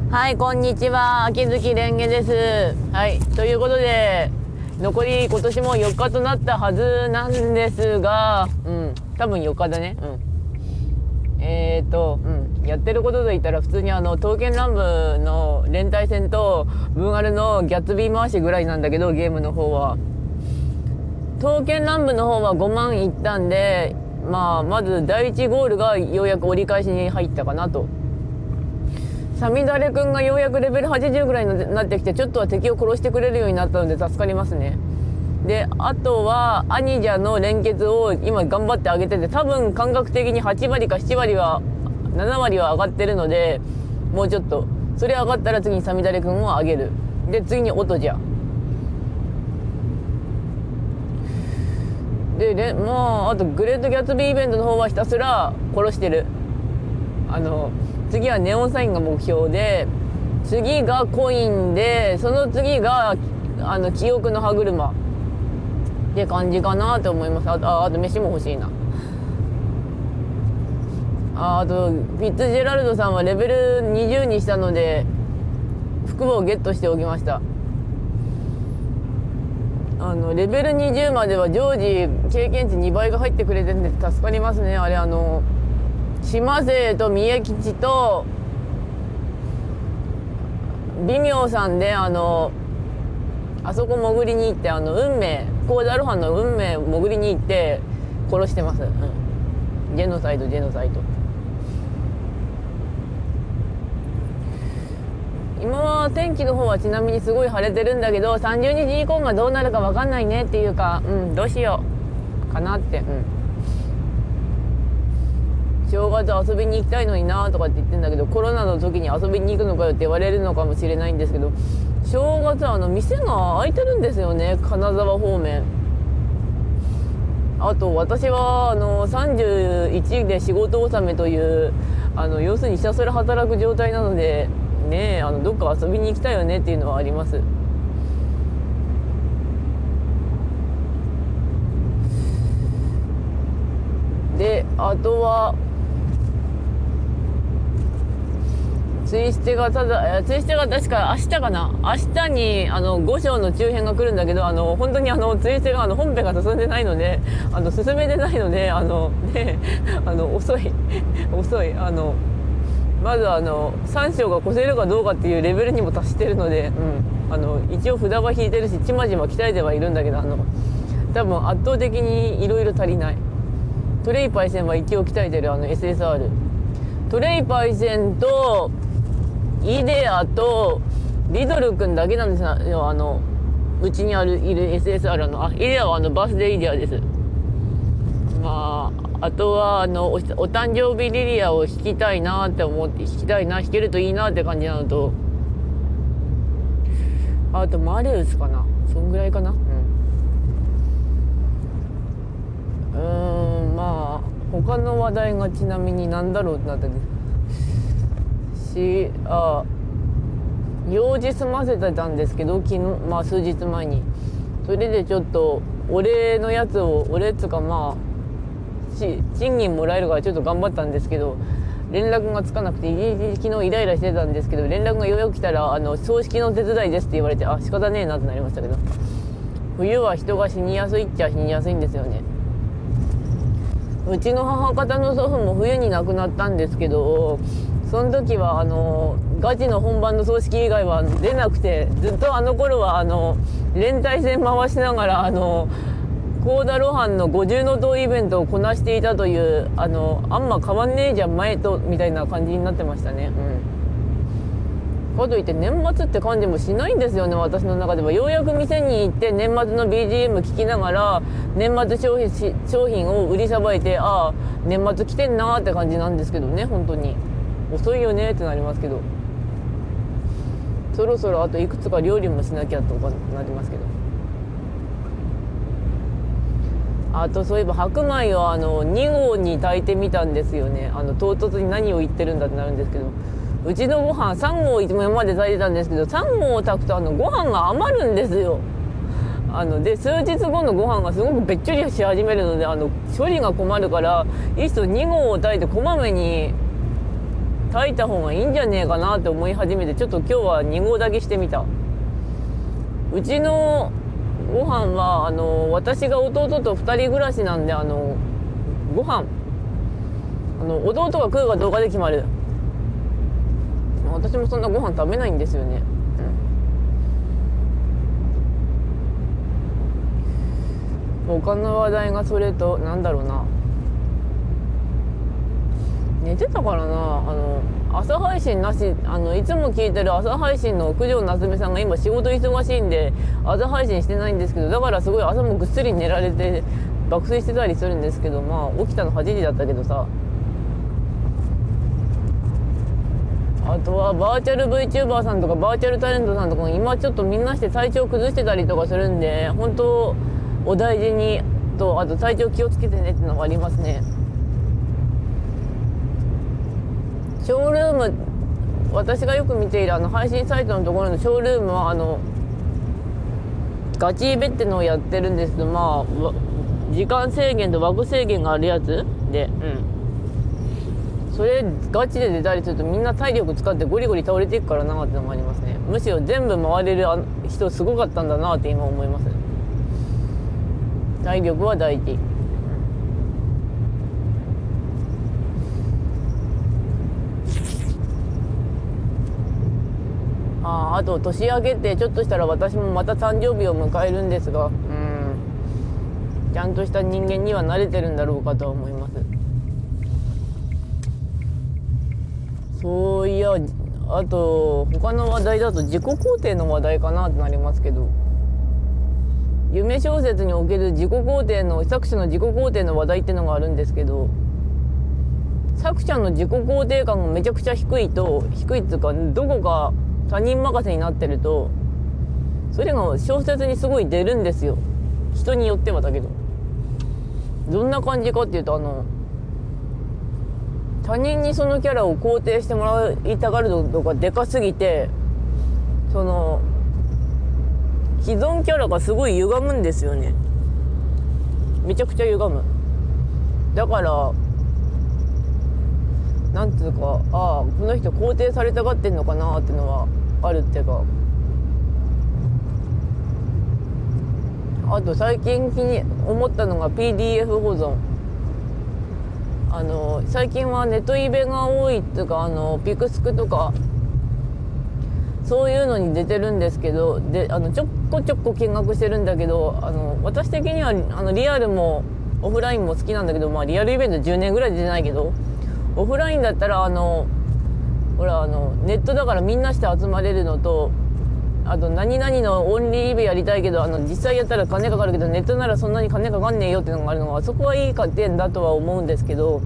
はい、こんにちは。秋月蓮華です。はい、ということで、残り今年も4日となったはずなんですが、多分4日だね。やってることといったら普通に刀剣乱舞の連帯戦と文アルのギャッツビー回しぐらいなんだけど、ゲームの方は。刀剣乱舞の方は5万いったんで、まず第1ゴールがようやく折り返しに入ったかなと。サミダレくんがようやくレベル80ぐらいになってきて、ちょっとは敵を殺してくれるようになったので助かりますね。で、あとはアニジャの連結を今頑張って上げてて、多分感覚的に8割か7割は7割は上がってるので、もうちょっとそれ上がったら次にサミダレくんを上げる。で、次にオトジャで、あとグレートギャッツビーイベントの方はひたすら殺してる。次はネオンサインが目標で、次がコインで、その次が記憶の歯車って感じかなと思います。あと飯も欲しいな。あとフィッツジェラルドさんはレベル20にしたので服をゲットしておきました。レベル20までは常時経験値2倍が入ってくれてるんで助かりますね。あれ島勢と三重吉と微妙さんであそこ潜りに行って運命コーダルハンの運命潜りに行って殺してます。ジェノサイド。今は天気の方はちなみにすごい晴れてるんだけど、30日以降がどうなるか分かんないねっていうか、どうしようかなって。正月遊びに行きたいのになとかって言ってんだけど、コロナの時に遊びに行くのかよって言われるのかもしれないんですけど、正月は店が開いてるんですよね、金沢方面。あと私は31で仕事納めという要するにひたすら働く状態なのでね、どっか遊びに行きたいよねっていうのはあります。で、あとはツイステが確か明日かな、明日に5章の中編が来るんだけど、本当にツイステが本編が進んでないので進めてないので遅いまず3章が越せるかどうかっていうレベルにも達してるので、一応札は引いてるしちまちま鍛えてはいるんだけど多分圧倒的にいろいろ足りない。トレイパイセンは一応鍛えてるSSR。トレイパイセンとイデアとリドル君だけなんですよ。うちにいる SSR イデアはバースデーイデアです。あとはお誕生日リリアを弾きたいなって思って、弾けるといいなって感じなのと、あとマレウスかな、そんぐらいかな。他の話題がちなみに何だろうってなったんですし、用事済ませてたんですけど、昨日数日前にそれでちょっとお礼っつうか賃金もらえるからちょっと頑張ったんですけど、連絡がつかなくて昨日イライラしてたんですけど、連絡がようやく来たら葬式の手伝いですって言われて、仕方ねえなってなりましたけど、冬は人が死にやすいっちゃ死にやすいんですよね。うちの母方の祖父も冬に亡くなったんですけど、その時はガチの本番の葬式以外は出なくて、ずっと頃は連帯戦回しながらコーダロハンの50の塔イベントをこなしていたという、あんま変わんねえじゃん前とみたいな感じになってましたね。かといって年末って感じもしないんですよね、私の中では。ようやく店に行って年末の BGM 聞きながら年末商品を売りさばいて、年末来てんなーって感じなんですけどね。本当に遅いよねってなりますけど、そろそろあといくつか料理もしなきゃとかなりますけど、あとそういえば白米を2合に炊いてみたんですよね。唐突に何を言ってるんだってなるんですけど、うちのご飯3合今まで炊いてたんですけど、3合を炊くとご飯が余るんですよ。で数日後のご飯がすごくべっちょりし始めるので処理が困るから、いっそ2合を炊いてこまめに炊いた方がいいんじゃねえかなって思い始めて、ちょっと今日は2合炊きしてみた。うちのご飯は私が弟と2人暮らしなんで、ご飯弟が食うかどうかで決まる。私もそんなご飯食べないんですよね。他の話題がそれと、なんだろうな、寝てたからな。朝配信なし、いつも聞いてる朝配信の九条夏目さんが今仕事忙しいんで朝配信してないんですけど、だからすごい朝もぐっすり寝られて爆睡してたりするんですけど、まあ起きたの8時だったけどさ。あとはバーチャル VTuber さんとかバーチャルタレントさんとか今ちょっとみんなして体調崩してたりとかするんで、本当お大事にと、あと体調気をつけてねっていうのがありますね。ショールーム、私がよく見ている配信サイトのところのショールームはガチイベってのをやってるんですけど、まあ時間制限と枠制限があるやつで、それガチで出たりするとみんな体力使ってゴリゴリ倒れていくからなってのがありますね。むしろ全部回れる人すごかったんだなって今思います。体力は大事。あと年明けてちょっとしたら私もまた誕生日を迎えるんですが、ちゃんとした人間には慣れてるんだろうかとは思います。そういや、あと他の話題だと自己肯定の話題かなってなりますけど、夢小説における自己肯定の作者の自己肯定の話題っていうのがあるんですけど、作者の自己肯定感がめちゃくちゃ低いっていうか、どこか他人任せになってるとそれが小説にすごい出るんですよ。人によってはだけど、どんな感じかっていうと、他人にそのキャラを肯定してもらいたがるのがでかすぎて、その既存キャラがすごい歪むんですよね。めちゃくちゃ歪む。だからなんていうか、この人肯定されたがってんのかなっていうのはあるっていうか。あと最近気に思ったのが PDF 保存。最近はネットイベが多いっていうか、ピクスクとかそういうのに出てるんですけど、でちょこちょこ見学してるんだけど、私的にはリアルもオフラインも好きなんだけど、まあリアルイベント10年ぐらい出てないけど、オフラインだったらほらネットだからみんなして集まれるのと、あと何々のオンリーイベやりたいけど実際やったら金かかるけどネットならそんなに金かかんねえよっていうのがあるのは、そこはいい点だとは思うんですけど、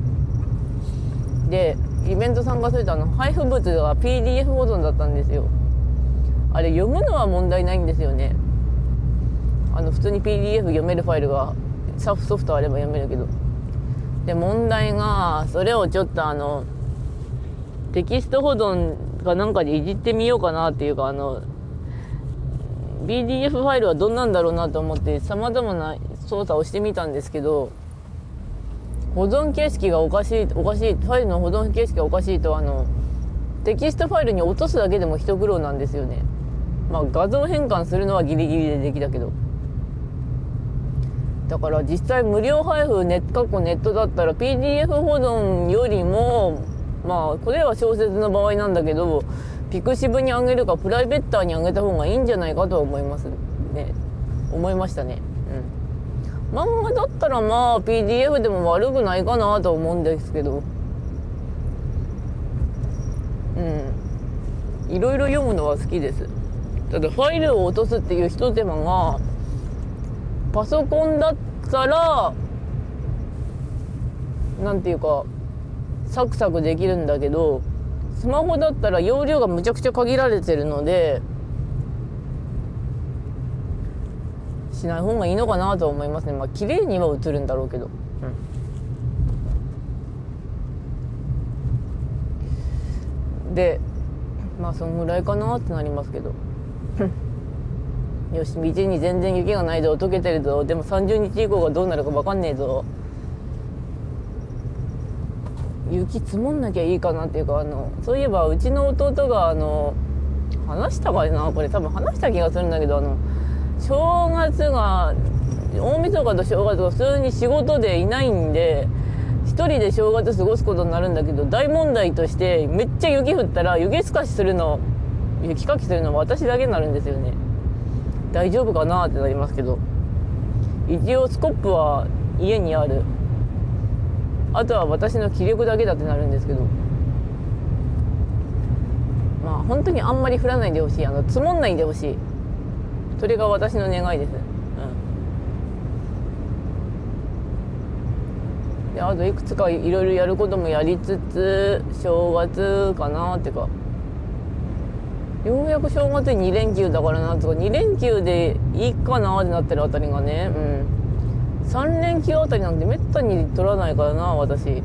でイベント参加すると配布物が PDF 保存だったんですよ。あれ読むのは問題ないんですよね。普通に PDF 読めるファイルがソフトあれば読めるけど、で問題がそれをちょっとテキスト保存かなんかでいじってみようかなっていうか、PDF ファイルはどんなんだろうなと思ってさまざまな操作をしてみたんですけど、保存形式がおかしい、ファイルの保存形式がおかしいとテキストファイルに落とすだけでも一苦労なんですよね。まあ画像変換するのはギリギリでできたけど、だから実際無料配布ネットだったら PDF 保存よりも、まあこれは小説の場合なんだけど、ピクシブに上げるかプライベーターに上げた方がいいんじゃないかとは思いましたね。漫画だったらまあ PDF でも悪くないかなと思うんですけど、いろいろ読むのは好きです。ただファイルを落とすっていう一手間がパソコンだったらなんていうかサクサクできるんだけど、スマホだったら容量がむちゃくちゃ限られてるのでしない方がいいのかなと思いますね。まあ綺麗には映るんだろうけど、でまあそのぐらいかなってなりますけどよし、道に全然雪がないぞ、溶けてるぞ、でも30日以降がどうなるか分かんねえぞ。 雪積もんなきゃいいかなっていうか、そういえばうちの弟が話したかいな、これ多分話した気がするんだけど、正月が大晦日と正月が普通に仕事でいないんで一人で正月過ごすことになるんだけど、大問題としてめっちゃ雪降ったら雪かきするの私だけになるんですよね。大丈夫かなってなりますけど、一応スコップは家にある。あとは私の気力だけだってなるんですけど、まあ本当にあんまり降らないでほしい、積もんないでほしい。それが私の願いです。であといくつかいろいろやることもやりつつ、正月かなってか、ようやく正月に2連休だからなとか、2連休でいいかなってなってるあたりがね、3連休あたりなんてめったに取らないからな私。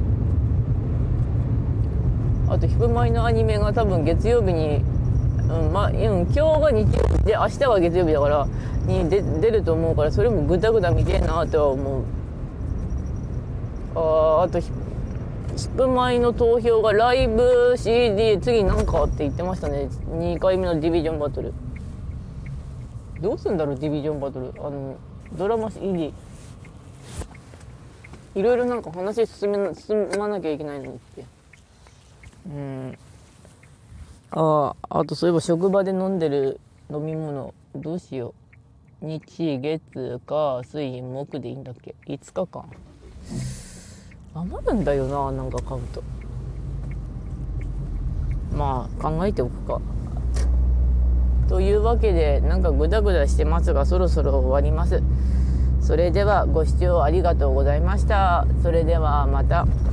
あとヒプマイのアニメが多分月曜日に、今日が日曜日で明日が月曜日だからに出ると思うから、それもぐだぐだ見てえなとは思う。あとヒプマイの投票がライブ CD 次なんかって言ってましたね。2回目のディビジョンバトルどうすんだろう。ディビジョンバトルドラマ CD いろいろなんか話進まなきゃいけないのにって。あとそういえば職場で飲んでる飲み物どうしよう。日月火水木でいいんだっけ。5日間余るんだよな、なんか買うと。まあ考えておくか。というわけでなんかグダグダしてますが、そろそろ終わります。それではご視聴ありがとうございました。それではまた。